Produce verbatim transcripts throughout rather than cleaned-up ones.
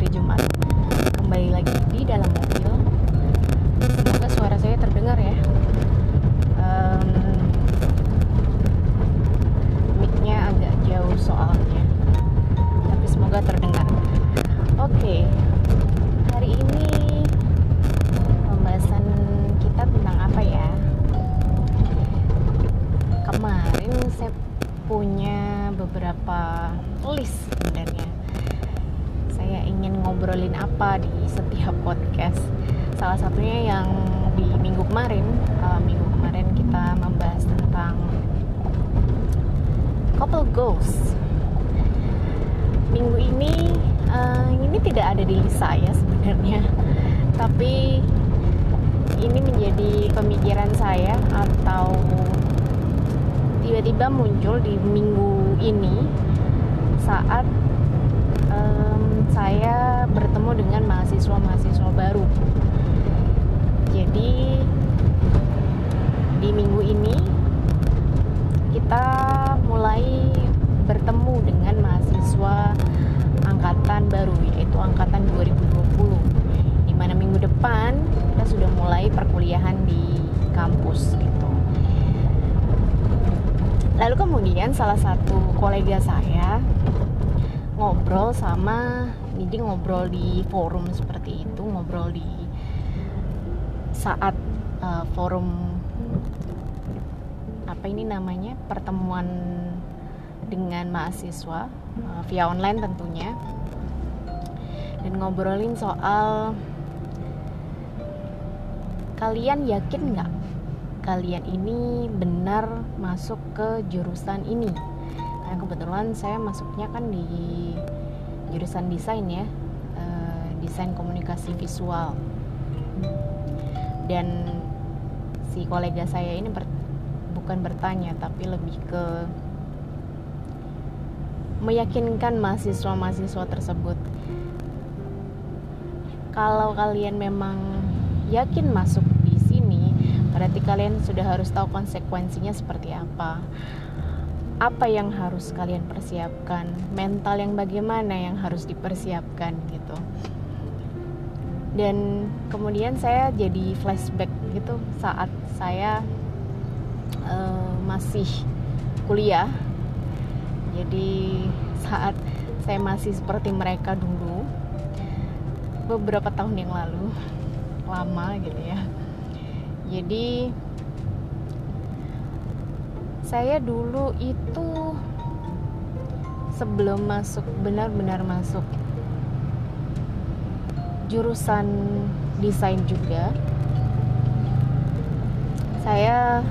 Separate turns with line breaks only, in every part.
Jumat. Kembali lagi di dalam mobil. Semoga suara saya terdengar ya. um, Mic-nya agak jauh soalnya, tapi semoga terdengar. Oke, okay. Hari ini pembahasan kita tentang apa ya? Kemarin saya punya beberapa list sebenarnya. Saya ingin ngobrolin apa di setiap podcast. Salah satunya yang di minggu kemarin, uh, minggu kemarin kita membahas tentang couple goals. Minggu ini, uh, ini tidak ada di list saya sebenarnya, tapi ini menjadi pemikiran saya atau tiba-tiba muncul di minggu ini saat um, saya bertemu dengan mahasiswa-mahasiswa baru. Jadi di minggu ini kita mulai bertemu dengan mahasiswa angkatan baru, yaitu angkatan dua ribu dua puluh, di mana minggu depan kita sudah mulai perkuliahan di kampus gitu. Lalu kemudian salah satu kolega saya ngobrol sama, jadi ngobrol di forum seperti itu, ngobrol di saat uh, forum apa ini namanya, pertemuan dengan mahasiswa uh, via online tentunya, dan ngobrolin soal kalian yakin nggak kalian ini benar masuk ke jurusan ini. Karena kebetulan saya masuknya kan di jurusan desain ya, uh, desain komunikasi visual. Dan si kolega saya ini ber, bukan bertanya, tapi lebih ke meyakinkan mahasiswa-mahasiswa tersebut, kalau kalian memang yakin masuk di sini, berarti kalian sudah harus tahu konsekuensinya seperti apa. Apa yang harus kalian persiapkan, mental yang bagaimana yang harus dipersiapkan gitu. Dan kemudian saya jadi flashback gitu saat saya uh, masih kuliah. Jadi saat saya masih seperti mereka dulu beberapa tahun yang lalu, lama gitu ya. Jadi saya dulu itu sebelum masuk, benar-benar masuk jurusan desain juga, saya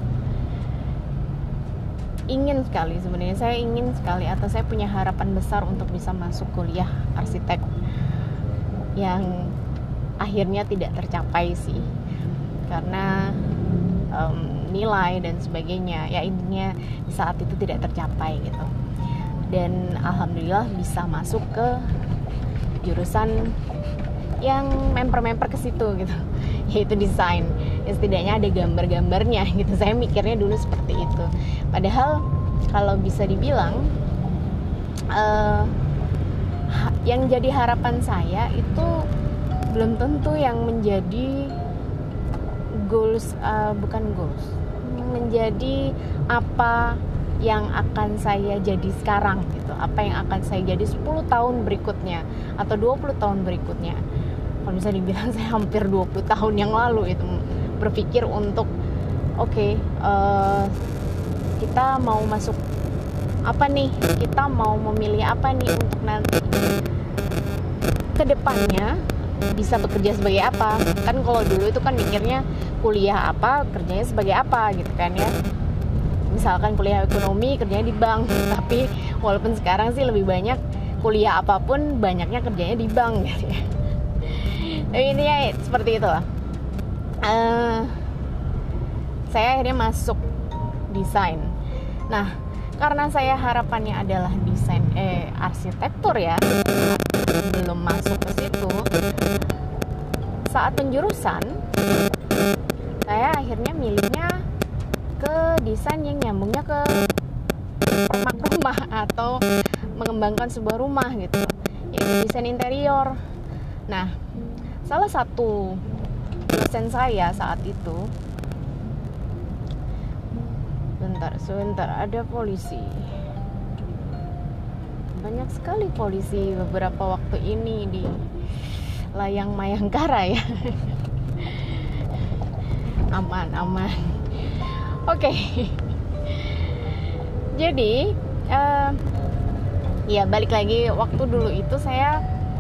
ingin sekali sebenarnya, saya ingin sekali atau saya punya harapan besar untuk bisa masuk kuliah arsitek, yang akhirnya tidak tercapai sih, karena um, nilai dan sebagainya, ya intinya di saat itu tidak tercapai gitu. Dan alhamdulillah bisa masuk ke jurusan yang memper-memper ke situ gitu, yaitu desain. Ya setidaknya ada gambar-gambarnya gitu. Saya mikirnya dulu seperti itu. Padahal kalau bisa dibilang uh, yang jadi harapan saya itu belum tentu yang menjadi goals, uh, bukan goals, menjadi apa yang akan saya jadi sekarang gitu, apa yang akan saya jadi sepuluh tahun berikutnya atau dua puluh tahun berikutnya. Kalau bisa dibilang saya hampir dua puluh tahun yang lalu itu berpikir untuk oke, okay, uh, kita mau masuk apa nih, kita mau memilih apa nih untuk nanti kedepannya bisa bekerja sebagai apa. Kan kalau dulu itu kan mikirnya kuliah apa, kerjanya sebagai apa gitu kan ya. Misalkan kuliah ekonomi, kerjanya di bank. Tapi walaupun sekarang sih lebih banyak kuliah apapun, banyaknya kerjanya di bank gitu ya. Tapi ini ya seperti itu lah. Uh, saya akhirnya masuk desain. Nah, karena saya harapannya adalah desain eh arsitektur ya, belum masuk ke situ. Saat penjurusan, saya akhirnya milihnya ke desain yang nyambungnya ke permak rumah atau mengembangkan sebuah rumah gitu. Ya desain interior. Nah, salah satu dosen saya saat itu, bentar, sebentar, ada polisi. Banyak sekali polisi beberapa waktu ini di Layang Mayangkara ya. Aman, aman. Oke. Okay. Jadi, uh, ya balik lagi, waktu dulu itu saya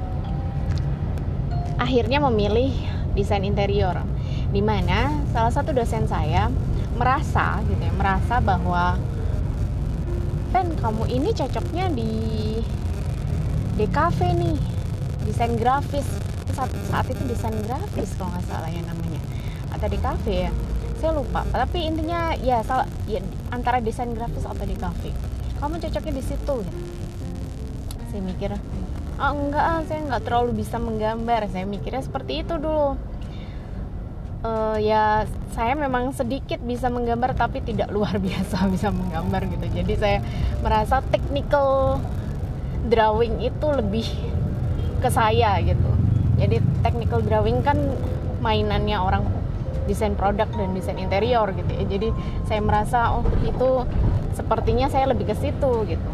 akhirnya memilih desain interior, dimana salah satu dosen saya merasa gitu ya, merasa bahwa Pen, kamu ini cocoknya di D K V nih, desain grafis. Saat, saat itu desain grafis kalau nggak salah ya namanya, atau D K V ya, saya lupa. Tapi intinya ya salah, ya antara desain grafis atau D K V. Kamu cocoknya di situ. Ya. Saya mikir, oh enggak, ah, saya nggak terlalu bisa menggambar. Saya mikirnya seperti itu dulu. Uh, ya saya memang sedikit bisa menggambar tapi tidak luar biasa bisa menggambar gitu. Jadi saya merasa technical drawing itu lebih ke saya gitu. Jadi technical drawing kan mainannya orang desain produk dan desain interior gitu ya. Jadi saya merasa oh itu sepertinya saya lebih ke situ gitu.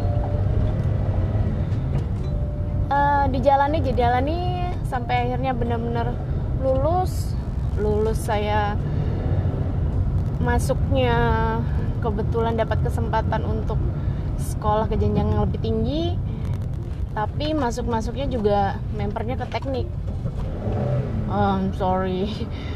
Uh, dijalani dijalani sampai akhirnya benar-benar lulus. Lulus saya masuknya kebetulan dapat kesempatan untuk sekolah ke jenjang yang lebih tinggi, tapi masuk-masuknya juga mempernya ke teknik. Oh, I'm sorry.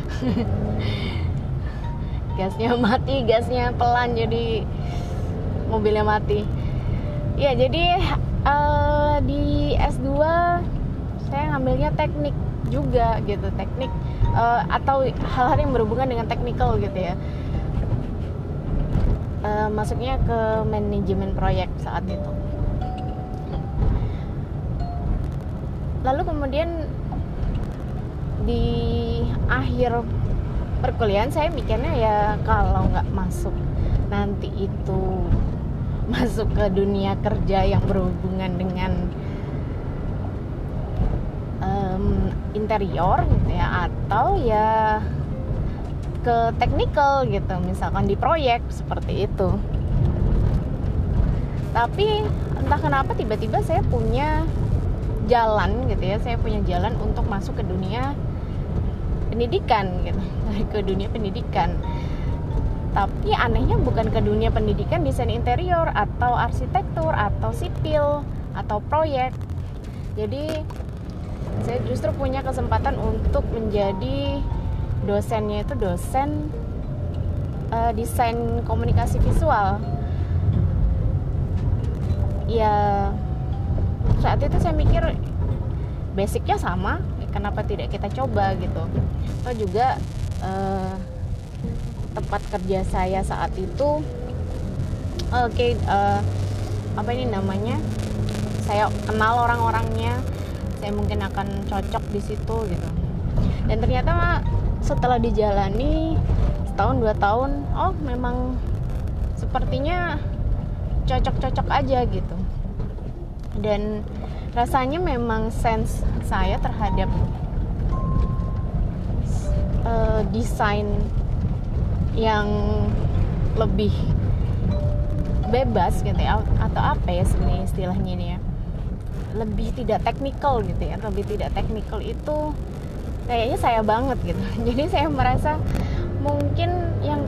Gasnya mati, gasnya pelan jadi mobilnya mati. Ya, jadi uh, di S dua saya ngambilnya teknik juga gitu, teknik uh, atau hal-hal yang berhubungan dengan technical gitu ya. Uh, masuknya ke manajemen proyek saat itu. Lalu kemudian di akhir perkuliahan saya mikirnya ya kalau nggak masuk nanti itu masuk ke dunia kerja yang berhubungan dengan um, interior gitu ya, atau ya ke technical gitu, misalkan di proyek seperti itu. Tapi entah kenapa tiba-tiba saya punya jalan gitu ya, saya punya jalan untuk masuk ke dunia pendidikan gitu, ke dunia pendidikan. Tapi anehnya bukan ke dunia pendidikan desain interior atau arsitektur atau sipil atau proyek. Jadi saya justru punya kesempatan untuk menjadi dosennya itu dosen uh, desain komunikasi visual. Ya saat itu saya mikir basicnya sama, kenapa tidak kita coba gitu. Atau juga uh, tempat kerja saya saat itu oke okay, uh, apa ini namanya, saya kenal orang-orangnya, saya mungkin akan cocok di situ gitu. Dan ternyata setelah dijalani setahun dua tahun, oh memang sepertinya cocok-cocok aja gitu. Dan rasanya memang sense saya terhadap uh, desain yang lebih bebas gitu ya, atau apa ya sebenarnya istilahnya ini ya, lebih tidak teknikal gitu ya, lebih tidak teknikal itu kayaknya saya banget gitu. Jadi saya merasa mungkin yang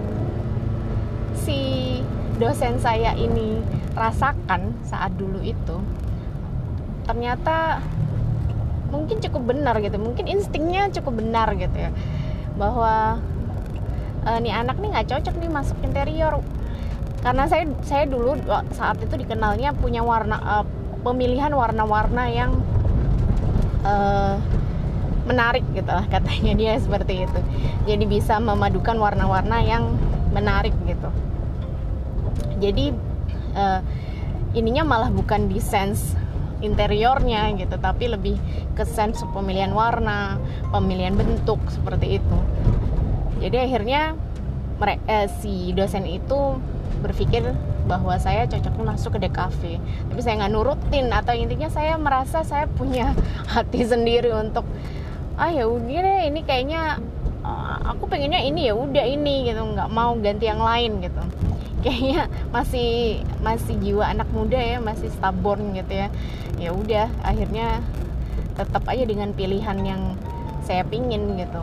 si dosen saya ini rasakan saat dulu itu ternyata mungkin cukup benar gitu, mungkin instingnya cukup benar gitu ya, bahwa e, nih anak nih nggak cocok nih masuk interior. Karena saya saya dulu saat itu dikenalnya punya warna uh, pemilihan warna-warna yang uh, menarik gitu lah, katanya dia seperti itu. Jadi bisa memadukan warna-warna yang menarik gitu. Jadi uh, ininya malah bukan di sense interiornya gitu, tapi lebih ke sense pemilihan warna, pemilihan bentuk seperti itu. Jadi akhirnya mereka, eh, si dosen itu berpikir bahwa saya cocoknya masuk ke D K V, tapi saya nggak nurutin, atau intinya saya merasa saya punya hati sendiri untuk ah ya udah deh, ini kayaknya uh, aku pengennya ini, ya udah ini gitu, nggak mau ganti yang lain gitu. Kayaknya masih masih jiwa anak muda ya, masih stubborn gitu ya. Ya udah, akhirnya tetap aja dengan pilihan yang saya pingin gitu.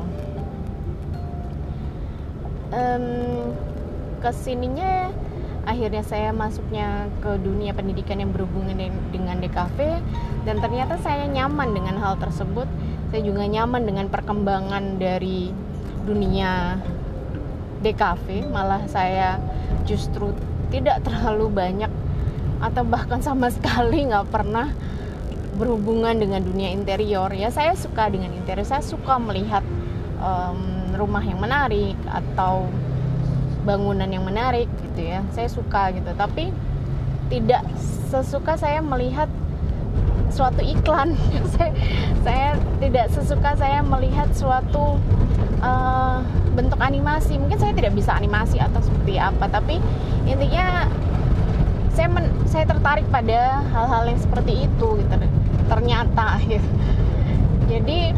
Um, kesininya akhirnya saya masuknya ke dunia pendidikan yang berhubungan dengan D K V, dan ternyata saya nyaman dengan hal tersebut. Saya juga nyaman dengan perkembangan dari dunia D K V. Malah saya justru tidak terlalu banyak atau bahkan sama sekali nggak pernah berhubungan dengan dunia interior. Ya saya suka dengan interior, saya suka melihat um, rumah yang menarik atau bangunan yang menarik gitu ya, saya suka gitu. Tapi tidak sesuka saya melihat suatu iklan. saya, saya tidak sesuka saya melihat suatu uh, bentuk animasi. Mungkin saya tidak bisa animasi atau seperti apa, tapi intinya saya men, saya tertarik pada hal-hal yang seperti itu gitu ternyata gitu. Jadi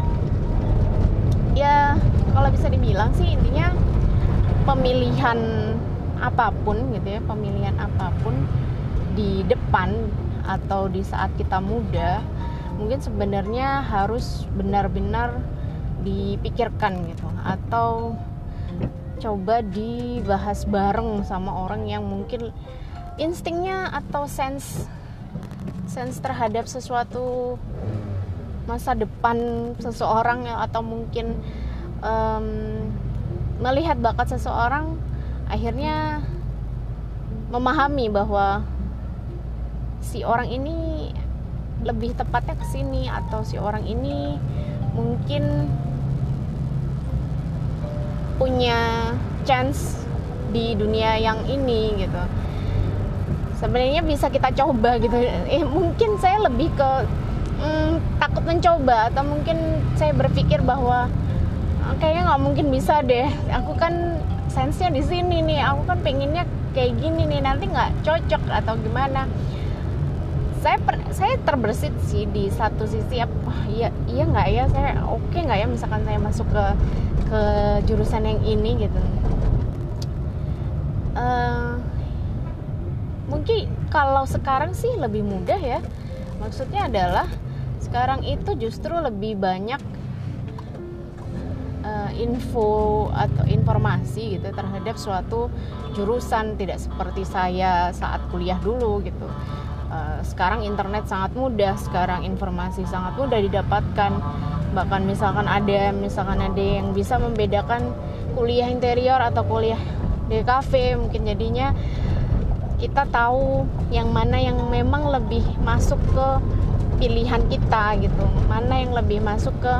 ya kalau bisa dibilang sih intinya pemilihan apapun gitu ya, pemilihan apapun di depan atau di saat kita muda mungkin sebenarnya harus benar-benar dipikirkan gitu, atau coba dibahas bareng sama orang yang mungkin instingnya atau sense sense terhadap sesuatu masa depan seseorang, atau mungkin um, melihat bakat seseorang, akhirnya memahami bahwa si orang ini lebih tepatnya ke sini, atau si orang ini mungkin punya chance di dunia yang ini gitu. Sebenarnya bisa kita coba gitu. Eh mungkin saya lebih ke hmm, takut mencoba, atau mungkin saya berpikir bahwa kayaknya nggak mungkin bisa deh. Aku kan sense-nya di sini nih. Aku kan pengennya kayak gini nih. Nanti nggak cocok atau gimana. Saya per, saya terbersit sih di satu sisi. Oh, iya iya nggak ya? Saya oke okay nggak ya? Misalkan saya masuk ke ke jurusan yang ini gitu. Uh, mungkin kalau sekarang sih lebih mudah ya. Maksudnya adalah sekarang itu justru lebih banyak uh, info atau informasi gitu terhadap suatu jurusan, tidak seperti saya saat kuliah dulu gitu. Uh, sekarang internet sangat mudah, sekarang informasi sangat mudah didapatkan. Bahkan misalkan ada misalkan ada yang bisa membedakan kuliah interior atau kuliah D K V, mungkin jadinya kita tahu yang mana yang memang lebih masuk ke pilihan kita gitu, mana yang lebih masuk ke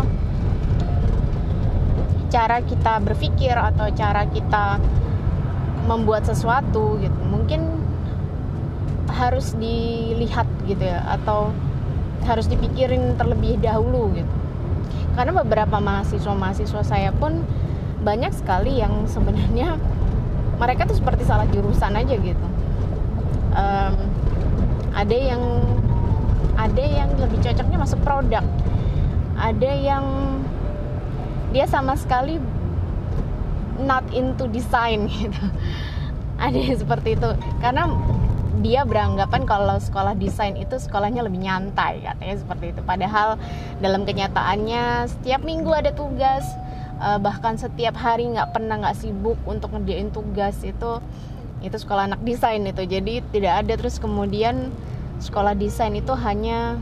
cara kita berpikir atau cara kita membuat sesuatu gitu. Mungkin harus dilihat gitu ya, atau harus dipikirin terlebih dahulu gitu. Karena beberapa mahasiswa-mahasiswa saya pun banyak sekali yang sebenarnya mereka tuh seperti salah jurusan aja gitu. Um, ada yang ada yang lebih cocoknya masuk produk, ada yang dia sama sekali not into design gitu. Ada yang seperti itu karena dia beranggapan kalau sekolah desain itu sekolahnya lebih nyantai, katanya seperti itu. Padahal dalam kenyataannya setiap minggu ada tugas, bahkan setiap hari nggak pernah nggak sibuk untuk ngerjain tugas. Itu itu sekolah anak desain itu. Jadi tidak ada terus kemudian sekolah desain itu hanya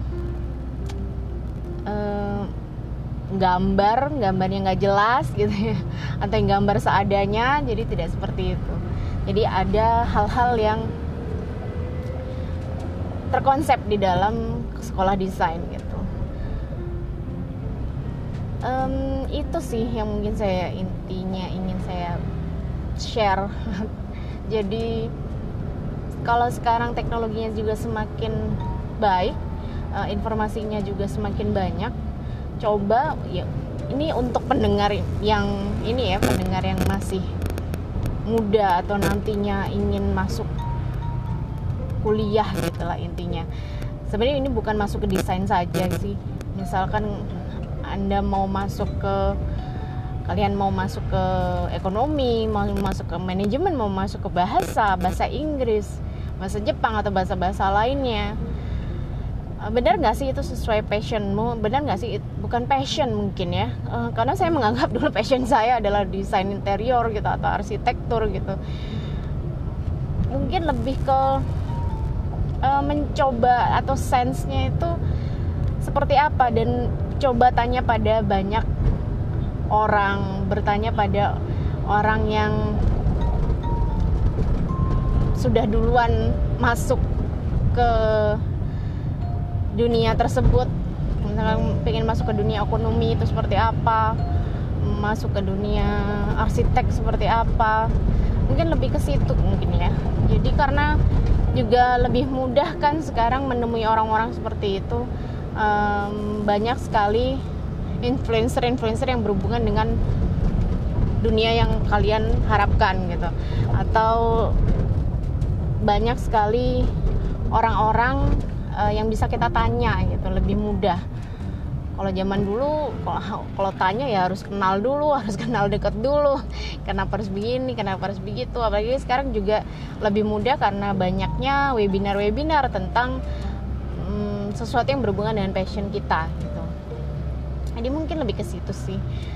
uh, gambar gambarnya nggak jelas gitu ya, atau yang gambar seadanya. Jadi tidak seperti itu. Jadi ada hal-hal yang terkonsep di dalam sekolah desain gitu. Um, itu sih yang mungkin saya intinya ingin saya share. Jadi kalau sekarang teknologinya juga semakin baik, uh, informasinya juga semakin banyak. Coba ya, ini untuk pendengar yang ini ya, pendengar yang masih muda atau nantinya ingin masuk kuliah gitulah intinya. Sebenarnya ini bukan masuk ke desain saja sih. Misalkan Anda mau masuk ke kalian mau masuk ke ekonomi, mau masuk ke manajemen, mau masuk ke bahasa, bahasa Inggris, bahasa Jepang atau bahasa-bahasa lainnya. Benar nggak sih itu sesuai passionmu? Benar nggak sih? Bukan passion mungkin ya, uh, karena saya menganggap dulu passion saya adalah desain interior gitu atau arsitektur gitu. Mungkin lebih ke uh, mencoba atau sense-nya itu seperti apa, dan coba tanya pada banyak orang, bertanya pada orang yang sudah duluan masuk ke dunia tersebut. Misalkan pengen masuk ke dunia ekonomi itu seperti apa, masuk ke dunia arsitek seperti apa, mungkin lebih ke situ mungkin ya. Jadi karena juga lebih mudah kan sekarang menemui orang-orang seperti itu. Um, banyak sekali influencer-influencer yang berhubungan dengan dunia yang kalian harapkan gitu, atau banyak sekali orang-orang uh, yang bisa kita tanya gitu, lebih mudah. Kalau zaman dulu kalau, kalau tanya ya harus kenal dulu, harus kenal deket dulu, kenapa harus begini, kenapa harus begitu. Apalagi sekarang juga lebih mudah karena banyaknya webinar-webinar tentang um, sesuatu yang berhubungan dengan passion kita gitu. Jadi mungkin lebih ke situ sih.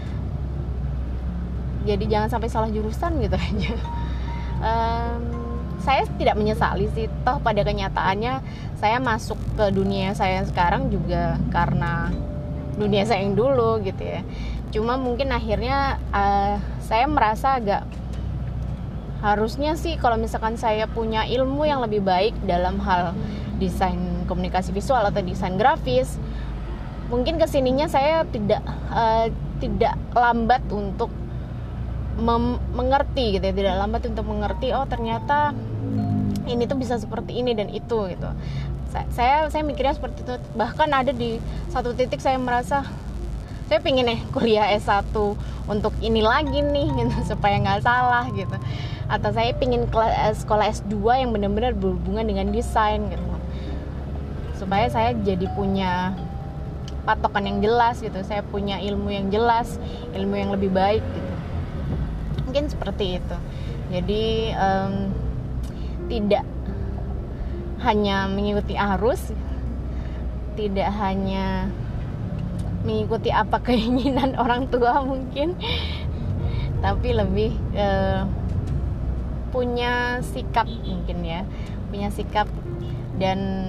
Jadi jangan sampai salah jurusan gitu aja. um, Saya tidak menyesali sih, toh pada kenyataannya saya masuk ke dunia saya sekarang juga karena dunia saya yang dulu gitu ya. Cuma mungkin akhirnya uh, saya merasa agak harusnya sih kalau misalkan saya punya ilmu yang lebih baik dalam hal desain komunikasi visual atau desain grafis, mungkin kesininya saya tidak uh, tidak lambat untuk mem- mengerti gitu ya, tidak lambat untuk mengerti oh ternyata ini tuh bisa seperti ini dan itu gitu. Saya saya mikirnya seperti itu. Bahkan ada di satu titik saya merasa saya pingin nih kuliah S satu untuk ini lagi nih gitu, supaya nggak salah gitu. Atau saya pingin sekolah S dua yang benar-benar berhubungan dengan desain gitu, supaya saya jadi punya patokan yang jelas gitu, saya punya ilmu yang jelas, ilmu yang lebih baik gitu. Mungkin seperti itu. Jadi um, tidak hanya mengikuti arus, tidak hanya mengikuti apa keinginan orang tua mungkin, tapi lebih uh, punya sikap mungkin ya, punya sikap. Dan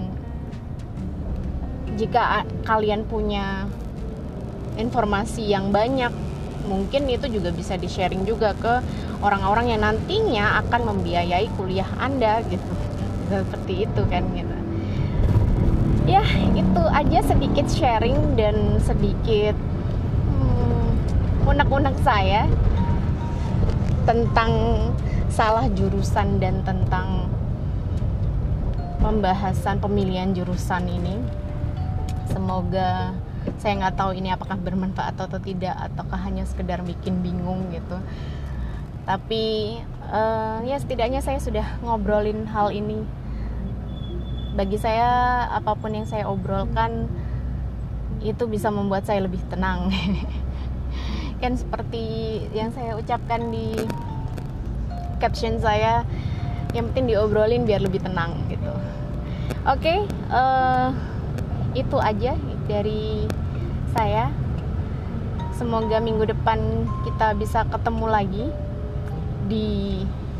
jika kalian punya informasi yang banyak, mungkin itu juga bisa di-sharing juga ke orang-orang yang nantinya akan membiayai kuliah Anda gitu. Seperti itu kan gitu. Ya, itu aja sedikit sharing dan sedikit hmm, unek-unek saya tentang salah jurusan dan tentang pembahasan pemilihan jurusan ini. Semoga, saya nggak tahu ini apakah bermanfaat atau tidak, ataukah hanya sekedar bikin bingung gitu. Tapi uh, ya setidaknya saya sudah ngobrolin hal ini. Bagi saya apapun yang saya obrolkan itu bisa membuat saya lebih tenang. Kan seperti yang saya ucapkan di caption saya, yang penting diobrolin biar lebih tenang gitu. Oke, okay, uh, itu aja dari saya. Semoga minggu depan kita bisa ketemu lagi di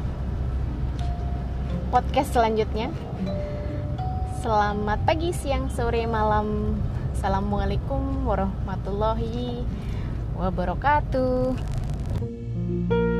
podcast selanjutnya. Selamat pagi, siang, sore, malam. Assalamualaikum warahmatullahi wabarakatuh.